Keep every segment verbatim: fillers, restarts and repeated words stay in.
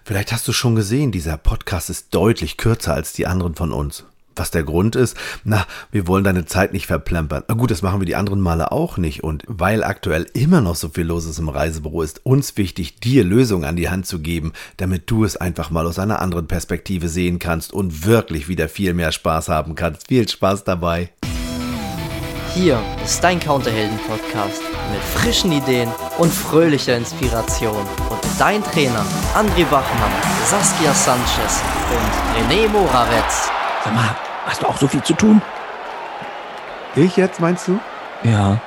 Vielleicht hast du schon gesehen, dieser Podcast ist deutlich kürzer als die anderen von uns. Was der Grund ist? Na, wir wollen deine Zeit nicht verplempern. Na gut, das machen wir die anderen Male auch nicht. Und weil aktuell immer noch so viel los ist im Reisebüro, ist uns wichtig, dir Lösungen an die Hand zu geben, damit du es einfach mal aus einer anderen Perspektive sehen kannst und wirklich wieder viel mehr Spaß haben kannst. Viel Spaß dabei. Hier ist dein Counterhelden-Podcast mit frischen Ideen und fröhlicher Inspiration. Und dein Trainer André Wachmann, Saskia Sanchez und René Moravetz. Sag mal, hast du auch so viel zu tun? Ich jetzt, meinst du? Ja.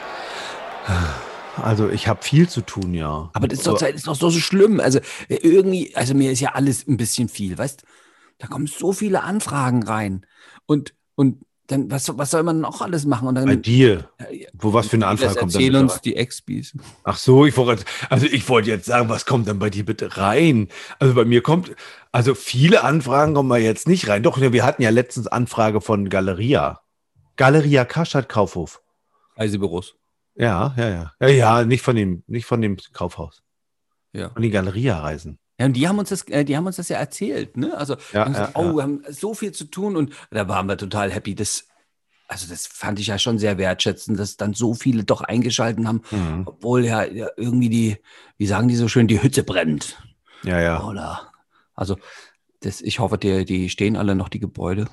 Also ich habe viel zu tun, ja. Aber das ist doch, ist doch so schlimm. Also irgendwie, also mir ist ja alles ein bisschen viel, weißt? Da kommen so viele Anfragen rein. Und, und dann, was, was soll man noch alles machen? Und dann, Bei dir? Wo was für eine Anfrage das kommt dann erzählen bitte uns rein? die Expis. Ach so, ich wollte, also ich wollte jetzt sagen, was kommt dann bei dir bitte rein? Also bei mir kommt, also viele Anfragen kommen wir jetzt nicht rein. Doch, wir hatten ja letztens Anfrage von Galeria. Galeria Karstadt Kaufhof. Reisebüros. Ja, ja, ja. Ja, ja, nicht von dem, nicht von dem Kaufhaus. Ja. Von den Galeria-Reisen. Ja, und die haben uns das, äh, die haben uns das ja erzählt, ne? Also, Ja, haben gesagt, ja, oh, ja. wir haben so viel zu tun und da waren wir total happy. Das, also das fand ich ja schon sehr wertschätzend, dass dann so viele doch eingeschalten haben, Mhm. obwohl ja, ja irgendwie die, wie sagen die so schön, die Hütte brennt. Ja, ja. Oder, also, das, ich hoffe, die, die stehen alle noch, die Gebäude.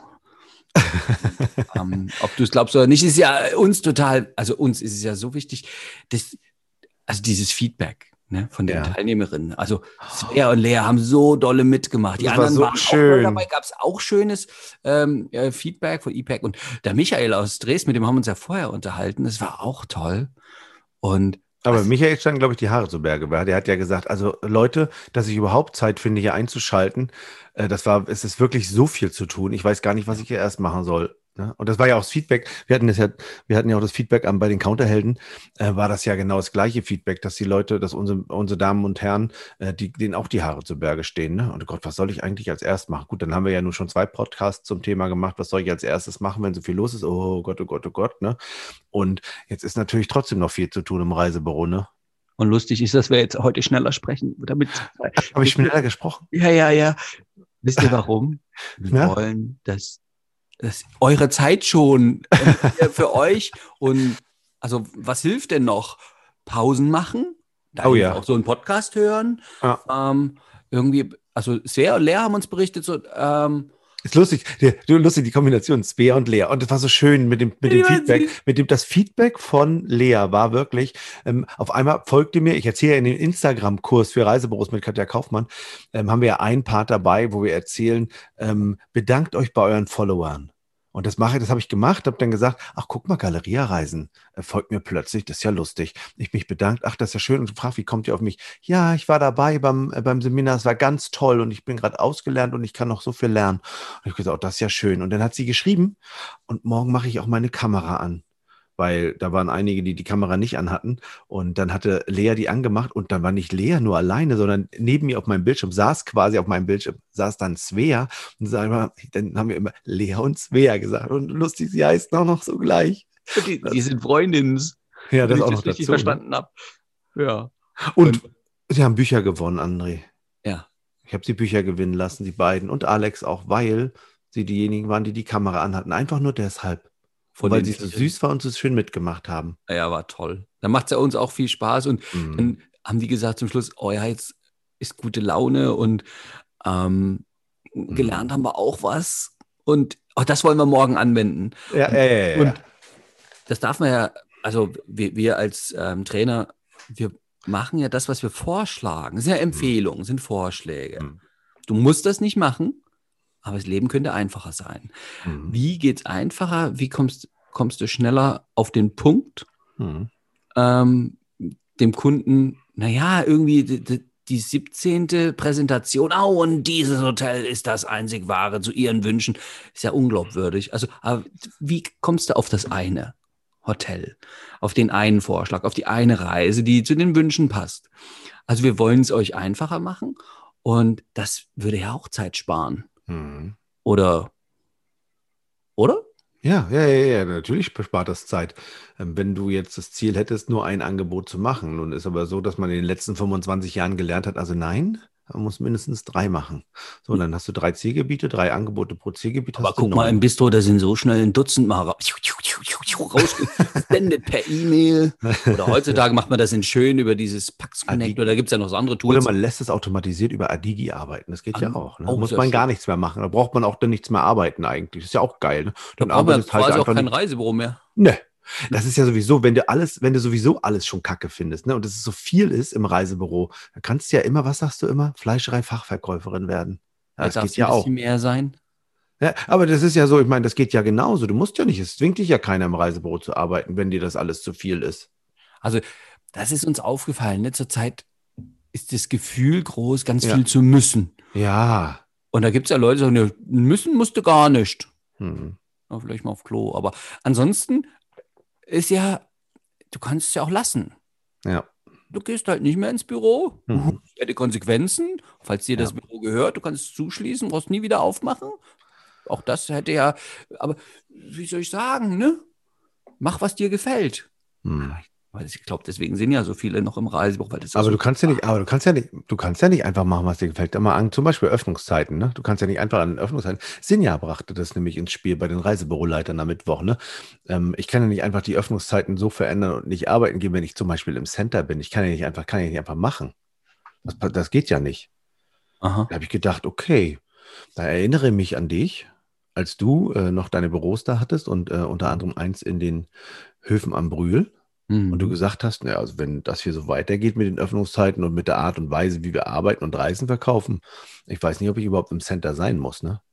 ähm, ob du es glaubst oder nicht, ist ja uns total, also uns ist es ja so wichtig, dass, also dieses Feedback. Ne, von den Ja. Teilnehmerinnen. Also Svea und Lea haben so dolle mitgemacht. Die Das war anderen so waren auch schön. doll dabei, gab es auch schönes ähm, äh, Feedback von E P A C. Und der Michael aus Dresden, mit dem haben wir uns ja vorher unterhalten, das war auch toll. Und Aber also, Michael stand, glaube ich, die Haare zu Berge. Weil Der hat ja gesagt, also Leute, dass ich überhaupt Zeit finde, hier einzuschalten, äh, das war, es ist wirklich so viel zu tun. Ich weiß gar nicht, was ich hier erst machen soll. Ne? Und das war ja auch das Feedback. Wir hatten das ja, wir hatten ja auch das Feedback an bei den Counterhelden, äh, war das ja genau das gleiche Feedback, dass die Leute, dass unsere, unsere Damen und Herren, äh, die, denen auch die Haare zu Berge stehen. Ne? Und Gott, was soll ich eigentlich als erstes machen? Gut, dann haben wir ja nur schon zwei Podcasts zum Thema gemacht. Was soll ich als erstes machen, wenn so viel los ist? Oh Gott, oh Gott, oh Gott. Ne? Und jetzt ist natürlich trotzdem noch viel zu tun im Reisebüro, ne? und lustig ist, dass wir jetzt heute schneller sprechen. Damit, Habe ich schneller gesprochen? ja, ja, ja. Wisst ihr warum? Wir Ja? wollen, dass, dass eure Zeit schon äh, für euch und also was hilft denn noch? Pausen machen, da Oh hilft ja. auch so einen Podcast hören. Ja. Ähm, irgendwie, also Svea und Lea haben uns berichtet, so, ähm, Ist lustig, die, du, lustig, die Kombination Svea und Lea. Und das war so schön mit dem, mit dem Ja, Feedback. sie- Mit dem, das Feedback von Lea war wirklich, ähm, auf einmal folgte mir, ich erzähle ja in dem Instagram-Kurs für Reisebüros mit Katja Kaufmann, ähm, haben wir ja einen Part dabei, wo wir erzählen, ähm, bedankt euch bei euren Followern. Und das mache, das habe ich gemacht, habe dann gesagt, ach guck mal, Galeria-Reisen, äh, folgt mir plötzlich, das ist ja lustig. Ich mich bedankt, ach, das ist ja schön. Und gefragt, wie kommt ihr auf mich? Ja, ich war dabei beim, äh, beim Seminar, es war ganz toll und ich bin gerade ausgelernt und ich kann noch so viel lernen. Und ich habe gesagt, oh, das ist ja schön. Und dann hat sie geschrieben, und morgen mache ich auch meine Kamera an. Weil da waren einige, die die Kamera nicht anhatten. Und dann hatte Lea die angemacht und dann war nicht Lea nur alleine, sondern neben mir auf meinem Bildschirm saß quasi auf meinem Bildschirm, saß dann Svea. Und sagen wir, dann haben wir immer Lea und Svea gesagt. Und lustig, sie heißen auch noch so gleich. die, die sind Freundinnen. Ja, das wenn auch ich noch richtig dazu. Ne? verstanden habe. Ja. Und sie haben Bücher gewonnen, André. Ja. Ich habe sie Bücher gewinnen lassen, die beiden. Und Alex auch, weil sie diejenigen waren, die die Kamera anhatten. Einfach nur deshalb. Von weil den sie so Büchern. süß war und so schön mitgemacht haben. Ja, war toll. Dann macht es ja uns auch viel Spaß und Mhm. dann haben die gesagt zum Schluss, oh ja, jetzt ist gute Laune und ähm, gelernt haben wir auch was und auch das wollen wir morgen anwenden. Ja, und, ja, ja, ja. und das darf man ja, also wir, wir als ähm, Trainer, wir machen ja das, was wir vorschlagen. Das sind ja Empfehlungen, sind Vorschläge. Mhm. Du musst das nicht machen, aber das Leben könnte einfacher sein. Mhm. Wie geht's einfacher? Wie kommst, kommst du schneller auf den Punkt? Mhm. Ähm, dem Kunden, naja, irgendwie die, die, die siebzehnte Präsentation, oh, und dieses Hotel ist das einzig wahre zu ihren Wünschen, ist ja unglaubwürdig. Also, aber wie kommst du auf das eine Hotel, auf den einen Vorschlag, auf die eine Reise, die zu den Wünschen passt? Also wir wollen es euch einfacher machen und das würde ja auch Zeit sparen. Mhm. Oder? Oder? Ja, ja, ja, ja, natürlich bespart das Zeit. Ähm, wenn du jetzt das Ziel hättest, nur ein Angebot zu machen. Nun ist aber so, dass man in den letzten fünfundzwanzig Jahren gelernt hat, also nein, Man muss mindestens drei machen. So, dann hast du drei Zielgebiete, drei Angebote pro Zielgebiet. Aber hast du guck mal, neun. im Bistro, da sind so schnell ein Dutzend mal ra- rausgesendet per E-Mail. Oder heutzutage macht man das in schön über dieses Pax Connect. Oder da gibt es ja noch so andere Oder Tools. man lässt es automatisiert über Adigi arbeiten. Das geht ja An- auch. Ne? auch Da muss sehr man schön. gar nichts mehr machen. Da braucht man auch dann nichts mehr arbeiten eigentlich. Das ist ja auch geil. Ne? Da Dann braucht man arbeitest halt quasi auch einfach kein nicht. Reisebüro mehr. Ne. Das ist ja sowieso, wenn du alles, wenn du sowieso alles schon Kacke findest, ne, und es so viel ist im Reisebüro, dann kannst du ja immer, was sagst du immer, Fleischerei-Fachverkäuferin werden. Ja, das Jetzt darf geht es ja ein bisschen auch. mehr sein. Ja, aber das ist ja so, ich meine, das geht ja genauso. Du musst ja nicht, es zwingt dich ja keiner im Reisebüro zu arbeiten, wenn dir das alles zu viel ist. Also, das ist uns aufgefallen. Ne? Zurzeit ist das Gefühl groß, ganz Ja. viel zu müssen. Ja. Und da gibt es ja Leute, die sagen, ne, müssen musst du gar nicht. Hm. Ja, vielleicht mal auf Klo. Aber ansonsten ist ja, du kannst es ja auch lassen. Ja. Du gehst halt nicht mehr ins Büro. Mhm. Ja, die Konsequenzen, falls dir das Ja. Büro gehört, du kannst es zuschließen, brauchst nie wieder aufmachen. Auch das hätte ja, aber wie soll ich sagen, ne? Mach, was dir gefällt. Hm. Weil ich glaube, deswegen sind ja so viele noch im Reisebüro. Weil das ja Aber so du kannst ja nicht, aber du kannst ja nicht, du kannst ja nicht einfach machen, was dir gefällt. Mal an, zum Beispiel Öffnungszeiten, ne? Du kannst ja nicht einfach an den Öffnungszeiten. Sinja brachte das nämlich ins Spiel bei den Reisebüroleitern am Mittwoch, ne? Ähm, ich kann ja nicht einfach die Öffnungszeiten so verändern und nicht arbeiten gehen, wenn ich zum Beispiel im Center bin. Ich kann ja nicht einfach, kann ja nicht einfach machen. Das, das geht ja nicht. Aha. Da habe ich gedacht, okay, da erinnere ich mich an dich, als du äh, noch deine Büros da hattest und äh, unter anderem eins in den Höfen am Brühl. Mhm. Und du gesagt hast, naja, also wenn das hier so weitergeht mit den Öffnungszeiten und mit der Art und Weise, wie wir arbeiten und Reisen verkaufen, ich weiß nicht, ob ich überhaupt im Center sein muss, ne?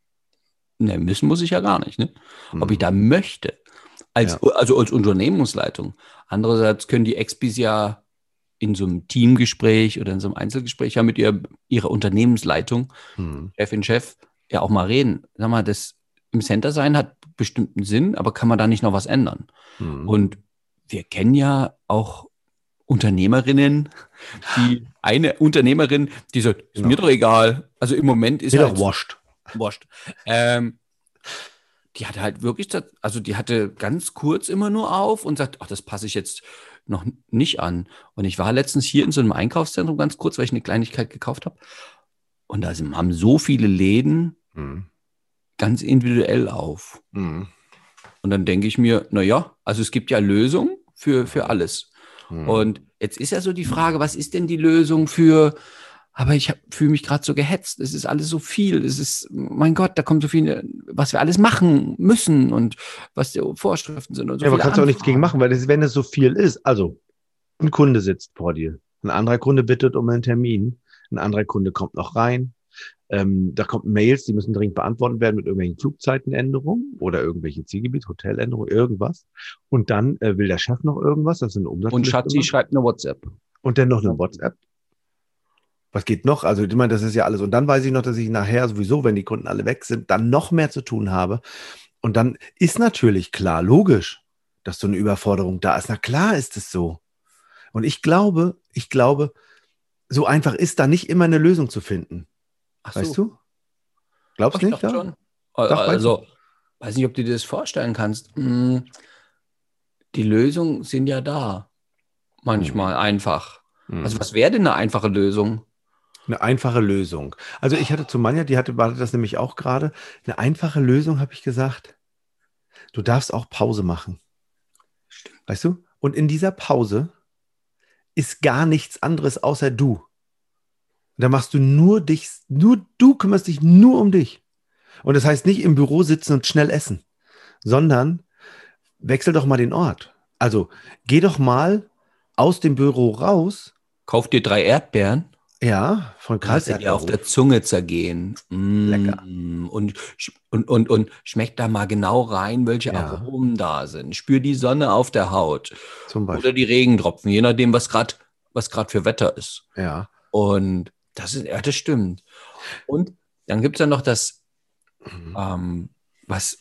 Ne, müssen muss ich ja gar nicht, ne? Ob Hm. ich da möchte. Als, Ja. Also als Unternehmensleitung. Andererseits können die Expis ja in so einem Teamgespräch oder in so einem Einzelgespräch ja mit ihr, ihrer Unternehmensleitung, Hm. Chefin, Chef, ja auch mal reden. Sag mal, das im Center sein hat bestimmten Sinn, aber kann man da nicht noch was ändern? Hm. Und wir kennen ja auch Unternehmerinnen, die eine Unternehmerin, die sagt, ist Genau. mir doch egal. Also im Moment ist Mir halt doch wascht. wurscht. Ähm, die hatte halt wirklich, das- also die hatte ganz kurz immer nur auf und sagt, ach, das passe ich jetzt noch nicht an. Und ich war letztens hier in so einem Einkaufszentrum ganz kurz, weil ich eine Kleinigkeit gekauft habe. Und da sind, haben so viele Läden Hm. ganz individuell auf. Hm. Und dann denke ich mir, naja, also es gibt ja Lösungen für, für alles. Hm. Und jetzt ist ja so die Frage, was ist denn die Lösung für, aber ich fühle mich gerade so gehetzt, es ist alles so viel, es ist, mein Gott, da kommt so viel, was wir alles machen müssen und was die Vorschriften sind und so Ja, aber viele kannst du auch nichts gegen Anfragen. machen, weil das, wenn es so viel ist, also ein Kunde sitzt vor dir, ein anderer Kunde bittet um einen Termin, ein anderer Kunde kommt noch rein, ähm, da kommen Mails, die müssen dringend beantwortet werden mit irgendwelchen Flugzeitenänderungen oder irgendwelche Zielgebiet, Hoteländerungen, irgendwas. Und dann äh, will der Chef noch irgendwas, das ist eine Umsatzliste. Und Schatzi schreibt eine WhatsApp. Und dann noch eine WhatsApp. Was geht noch? Also, ich meine, das ist ja alles. Und dann weiß ich noch, dass ich nachher sowieso, wenn die Kunden alle weg sind, dann noch mehr zu tun habe. Und dann ist natürlich klar, logisch, dass so eine Überforderung da ist. Na klar ist es so. Und ich glaube, ich glaube, so einfach ist da nicht immer eine Lösung zu finden. Ach Weißt so. du? Glaubst Ich du nicht? dachte Ja? schon. Doch, weißt Also, weiß nicht, ob du dir das vorstellen kannst. Hm, Die Lösungen sind ja da. Manchmal einfach. Hm. Also, was wäre denn eine einfache Lösung? Eine einfache Lösung. Also ich hatte zu Manja, die hatte, war das nämlich auch gerade, eine einfache Lösung, habe ich gesagt. Du darfst auch Pause machen. Stimmt. Weißt du? Und in dieser Pause ist gar nichts anderes außer du. Und da machst du nur dich, nur du kümmerst dich nur um dich. Und das heißt nicht im Büro sitzen und schnell essen, sondern wechsel doch mal den Ort. Also geh doch mal aus dem Büro raus. Kauf dir drei Erdbeeren. Ja, von Lass sie dir auf Karlserdorf. der Zunge zergehen. Mm, Lecker. Und, sch- und, und, und schmeck da mal genau rein, welche Ja. Aromen da sind. Spür die Sonne auf der Haut. Zum Beispiel. Oder die Regentropfen, je nachdem, was gerade was gerade für Wetter ist. Ja. Und das ist, ja, das stimmt. Und dann gibt es ja noch das, Mhm. ähm, was,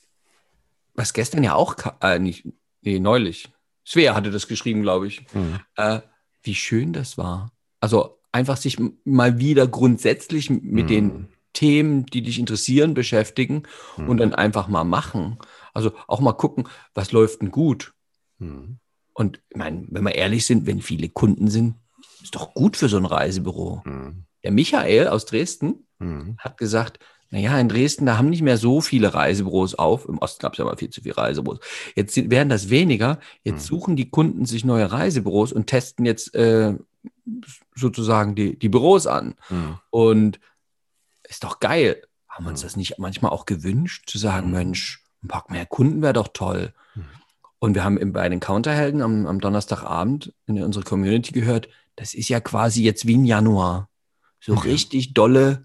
was gestern ja auch, ka- äh, nicht, nee, neulich, Svea hatte das geschrieben, glaube ich, Mhm. äh, wie schön das war. Also einfach sich m- mal wieder grundsätzlich m- mit Mhm. den Themen, die dich interessieren, beschäftigen Mhm. und dann einfach mal machen. Also auch mal gucken, was läuft denn gut. Mhm. Und ich meine, wenn wir ehrlich sind, wenn viele Kunden sind, ist doch gut für so ein Reisebüro. Mhm. Der Michael aus Dresden Mhm. hat gesagt, naja, in Dresden, da haben nicht mehr so viele Reisebüros auf. Im Osten gab es ja mal viel zu viele Reisebüros. Jetzt sind, werden das weniger. Jetzt Mhm. suchen die Kunden sich neue Reisebüros und testen jetzt äh, sozusagen die, die Büros an. Mhm. Und ist doch geil. Haben wir uns Mhm. das nicht manchmal auch gewünscht, zu sagen, Mhm. Mensch, ein paar mehr Kunden wäre doch toll. Mhm. Und wir haben im- bei den Counterhelden am, am Donnerstagabend in unsere Community gehört, das ist ja quasi jetzt wie ein Januar. So Ja. richtig dolle,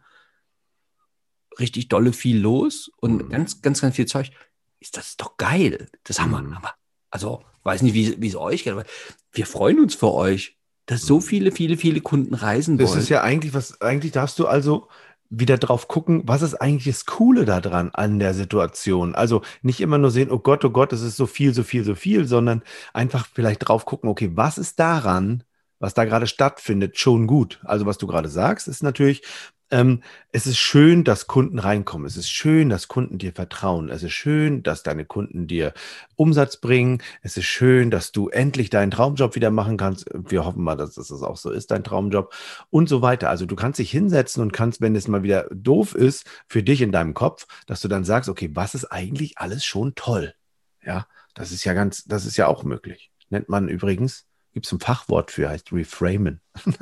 richtig dolle viel los und Mhm. ganz, ganz, ganz viel Zeug. Ist das doch geil. Das haben wir, Mhm. haben wir. Also, weiß nicht, wie, wie es euch geht, aber wir freuen uns für euch, dass so Mhm. viele, viele, viele Kunden reisen Das wollen. ist ja eigentlich was, eigentlich darfst du also wieder drauf gucken, was ist eigentlich das Coole daran an der Situation. Also nicht immer nur sehen, oh Gott, oh Gott, es ist so viel, so viel, so viel, sondern einfach vielleicht drauf gucken, okay, was ist daran, was da gerade stattfindet, schon gut. Also was du gerade sagst, ist natürlich, ähm, es ist schön, dass Kunden reinkommen. Es ist schön, dass Kunden dir vertrauen. Es ist schön, dass deine Kunden dir Umsatz bringen. Es ist schön, dass du endlich deinen Traumjob wieder machen kannst. Wir hoffen mal, dass das auch so ist, dein Traumjob und so weiter. Also du kannst dich hinsetzen und kannst, wenn es mal wieder doof ist für dich in deinem Kopf, dass du dann sagst, okay, was ist eigentlich alles schon toll? Ja, das ist ja ganz, das ist ja auch möglich. Nennt man übrigens, gibt es ein Fachwort für, heißt Reframen.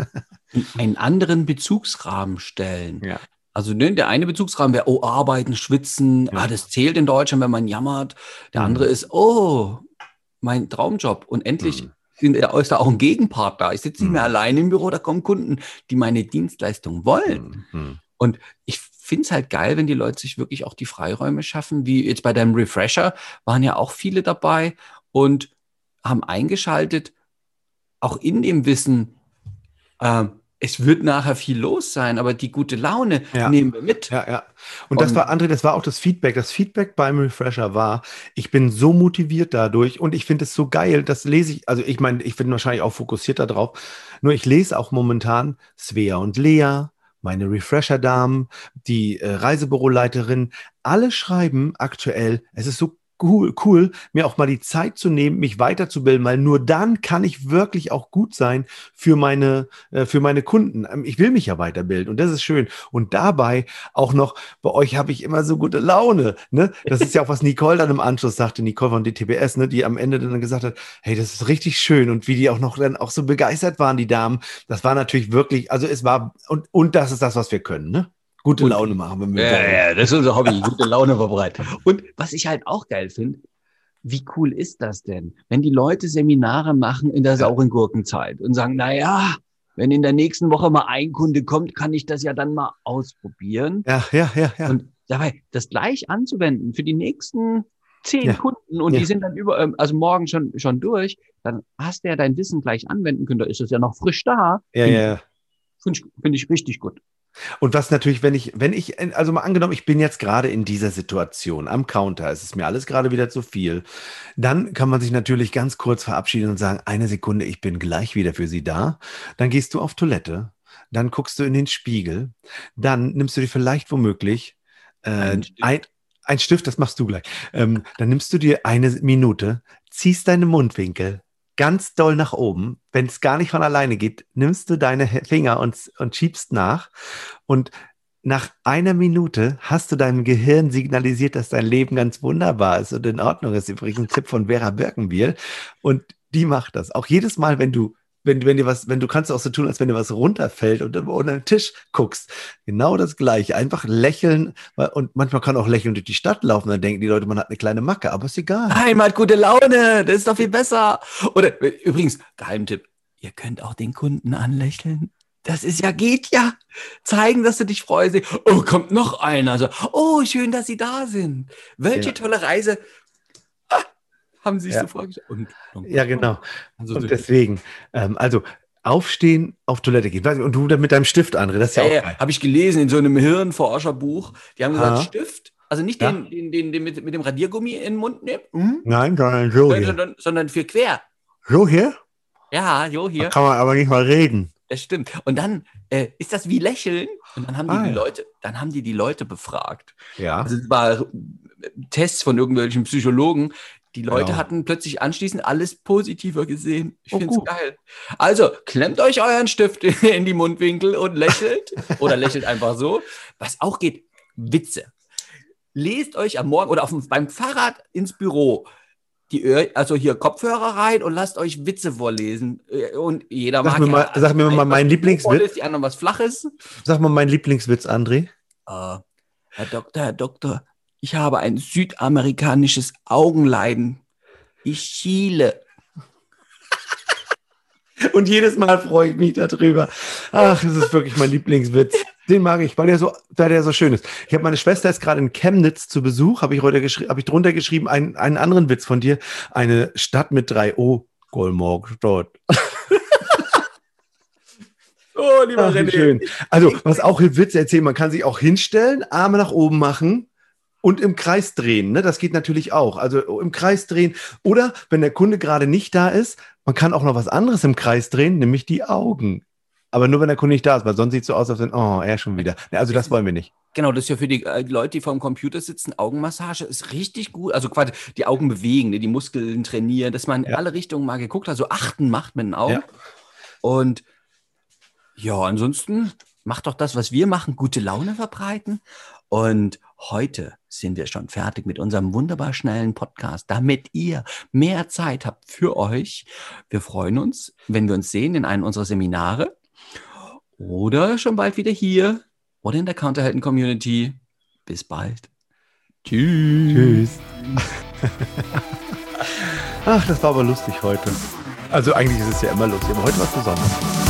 einen anderen Bezugsrahmen stellen. Ja. Also ne, der eine Bezugsrahmen wäre, oh, arbeiten, schwitzen, Ja. ah, das zählt in Deutschland, wenn man jammert. Der Mhm. andere ist, oh, mein Traumjob. Und endlich Mhm. sind, da ist da auch ein Gegenpart da. Ich sitze nicht mehr Mhm. allein im Büro, da kommen Kunden, die meine Dienstleistung wollen. Mhm. Und ich finde es halt geil, wenn die Leute sich wirklich auch die Freiräume schaffen, wie jetzt bei deinem Refresher waren ja auch viele dabei und haben eingeschaltet, auch in dem Wissen, ähm, es wird nachher viel los sein, aber die gute Laune Ja. nehmen wir mit. Ja, ja. Und das Und- war, André, das war auch das Feedback. Das Feedback beim Refresher war, ich bin so motiviert dadurch und ich finde es so geil, das lese ich, also ich meine, ich bin wahrscheinlich auch fokussiert darauf, nur ich lese auch momentan Svea und Lea, meine Refresher-Damen, die äh, Reisebüroleiterin, alle schreiben aktuell, es ist so cool, cool, mir auch mal die Zeit zu nehmen, mich weiterzubilden, weil nur dann kann ich wirklich auch gut sein für meine, äh, für meine Kunden. Ähm, Ich will mich ja weiterbilden und das ist schön. Und dabei auch noch, bei euch habe ich immer so gute Laune. Ne? Das ist ja auch, was Nicole dann im Anschluss sagte, Nicole von D T B S, ne, die am Ende dann gesagt hat, hey, das ist richtig schön. Und wie die auch noch dann auch so begeistert waren, die Damen, das war natürlich wirklich, also es war, und, und das ist das, was wir können, ne? Gute Und- Laune machen, wenn wir Ja, wollen. ja, das ist unser Hobby, gute Laune verbreiten. Und was ich halt auch geil finde, wie cool ist das denn, wenn die Leute Seminare machen in der Ja. sauren Gurkenzeit und sagen, na ja, wenn in der nächsten Woche mal ein Kunde kommt, kann ich das ja dann mal ausprobieren. Ja, ja, ja, ja. Und dabei das gleich anzuwenden für die nächsten zehn Ja. Kunden und Ja. die sind dann über, ähm, also morgen schon, schon durch, dann hast du ja dein Wissen gleich anwenden können, da ist es ja noch frisch da. Ja, Finde ja, ja. Finde ich, find ich richtig gut. Und was natürlich, wenn ich, wenn ich, also mal angenommen, ich bin jetzt gerade in dieser Situation am Counter, es ist mir alles gerade wieder zu viel, dann kann man sich natürlich ganz kurz verabschieden und sagen, eine Sekunde, ich bin gleich wieder für Sie da. Dann gehst du auf Toilette, dann guckst du in den Spiegel, dann nimmst du dir vielleicht womöglich äh, Einen Stift. ein, ein Stift, das machst du gleich. Ähm, dann nimmst du dir eine Minute, ziehst deine Mundwinkel ganz doll nach oben. Wenn es gar nicht von alleine geht, nimmst du deine Finger und, und schiebst nach. Und nach einer Minute hast du deinem Gehirn signalisiert, dass dein Leben ganz wunderbar ist und in Ordnung ist. Übrigens ein Tipp von Vera Birkenbiel. Und die macht das. Auch jedes Mal, wenn du Wenn, wenn dir was, wenn du kannst auch so tun, als wenn dir was runterfällt und dann unter den Tisch guckst. Genau das Gleiche. Einfach lächeln. weil- Und manchmal kann auch lächeln durch die Stadt laufen. Dann denken die Leute, man hat eine kleine Macke, aber ist egal. Nein, man hat gute Laune, das ist doch viel besser. Oder äh, übrigens, Geheimtipp, ihr könnt auch den Kunden anlächeln. Das ist ja, geht ja. Zeigen, dass du dich freust. Oh, kommt noch einer. Also, oh, schön, dass Sie da sind. Welche Ja. tolle Reise ah, haben Sie sich Ja. so vorgestellt? Und, und, Ja, genau. Also, Und deswegen, ähm, also aufstehen, auf Toilette gehen. Und du dann mit deinem Stift, André, das ist ja ja, auch ja, geil. habe ich gelesen in so einem Hirnforscherbuch. Die haben gesagt, Aha. Stift, also nicht Ja. den, den, den, den mit, mit dem Radiergummi in den Mund nehmen, hm, Nein, sondern so hier. sondern, sondern für quer. So hier? Ja, jo, Da hier. kann man aber nicht mal reden. Das stimmt. Und dann äh, ist das wie Lächeln. Und dann haben die, Ah, die ja. Leute, dann haben die die Leute befragt. Ja. Also es war äh, Tests von irgendwelchen Psychologen, Die Leute Ja. hatten plötzlich anschließend alles positiver gesehen. Ich Oh, finde es gut. geil. Also, klemmt euch euren Stift in die Mundwinkel und lächelt. Oder lächelt einfach so. Was auch geht, Witze. Lest euch am Morgen oder auf dem, beim Fahrrad ins Büro die Öhr, also hier Kopfhörer rein und lasst euch Witze vorlesen. Und jeder Sag mag mir ja mal- sag mir mal einen, meinen was Lieblingswitz. vorliest, die anderen was Flaches. Sag mal meinen Lieblingswitz, André. Äh, Herr Doktor, Herr Doktor, ich habe ein südamerikanisches Augenleiden. Ich schiele. Und jedes Mal freue ich mich darüber. Ach, das ist wirklich mein Lieblingswitz. Den mag ich, weil der so, weil der so schön ist. Ich habe meine Schwester ist gerade in Chemnitz zu Besuch, habe ich heute geschrieben, habe ich drunter geschrieben, einen, einen anderen Witz von dir. Eine Stadt mit drei O. Golmorgstadt. Oh, lieber Ach, wie René. schön. Also, was auch Witze erzählen, man kann sich auch hinstellen, Arme nach oben machen und im Kreis drehen. Ne? Das geht natürlich auch. Also im Kreis drehen. Oder wenn der Kunde gerade nicht da ist, man kann auch noch was anderes im Kreis drehen, nämlich die Augen. Aber nur, wenn der Kunde nicht da ist, weil sonst sieht es so aus, als wenn, oh, er schon wieder. Ja, also das wollen wir nicht. Genau, das ist ja für die äh, Leute, die vor dem Computer sitzen, Augenmassage ist richtig gut. Also quasi die Augen bewegen, ne, die Muskeln trainieren, dass man in Ja. alle Richtungen mal geguckt hat, so achten macht mit den Augen. Ja. Und ja, ansonsten macht doch das, was wir machen, gute Laune verbreiten. Und heute sind wir schon fertig mit unserem wunderbar schnellen Podcast, damit ihr mehr Zeit habt für euch. Wir freuen uns, wenn wir uns sehen in einem unserer Seminare oder schon bald wieder hier oder in der Counterhelden-Community. Bis bald. Tschüss. Tschüss. Ach, das war aber lustig heute. Also eigentlich ist es ja immer lustig, aber heute war es besonders.